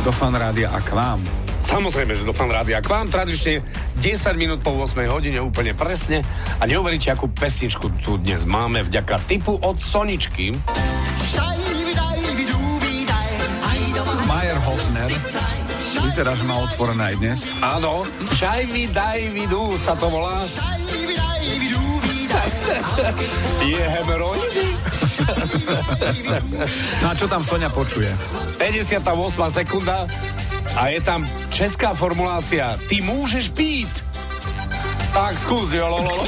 do Fanrádia a k vám. Samozrejme, že do Fanrádia k vám tradične 10 minút po 8 hodine úplne presne a neuveríte, akú pesničku tu dnes máme vďaka tipu od Soničky. Meyerhoffner. Vyzerá, že má otvorené aj dnes. Áno, Šajvi Dajvidu sa to volá. Je hemeroidy. No a čo tam Soňa počuje? 58. sekunda a je tam česká formulácia. Ty môžeš pít. Tak, skús, jolololo.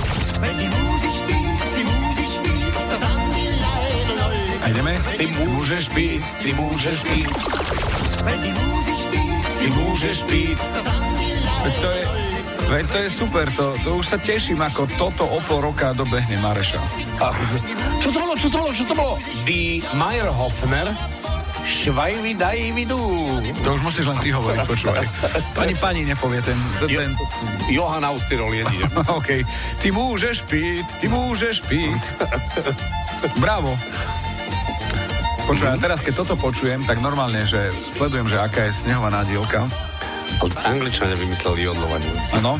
A ideme? Ty môžeš pít, ty môžeš pít. Ty môžeš pít. Veď to je super, to už sa teším, ako toto o pol roka dobehne Mareša. Čo to bolo? Die Meyerhoffner, Švajvi Dajvidu. To už musíš len ty hovoriť, počúvaj. Pani nepovie ten... Johan Austyrol jedine. OK. Ty môžeš piť. Bravo. Počúvaj, a teraz keď toto počujem, tak normálne, že sledujem, že aká je snehová nádielka. Angličania vymysleli jodlovanie. Áno.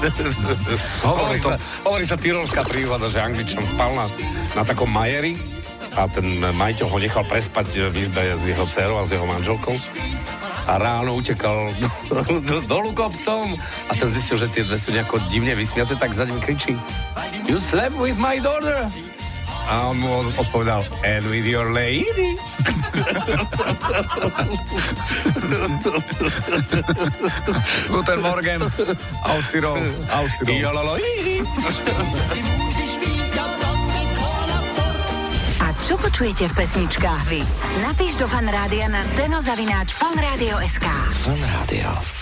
Hovorí sa tyrolská príhoda, že Angličan spal na takom majeri a ten majiteľ ho nechal prespať v izbe s jeho dcerou a s jeho manželkou a ráno utekal dolu kopcom a ten zistil, že tie dve sú nejako divne vysmiaté, tak za ním kričí You slept with my daughter? A on mu odpovedal And with your lady? Guten Morgen, Austyrol. A čo počujete v pesničkách vy? Napíš do Fanrádia na steno@fanradio.sk. Fanrádio.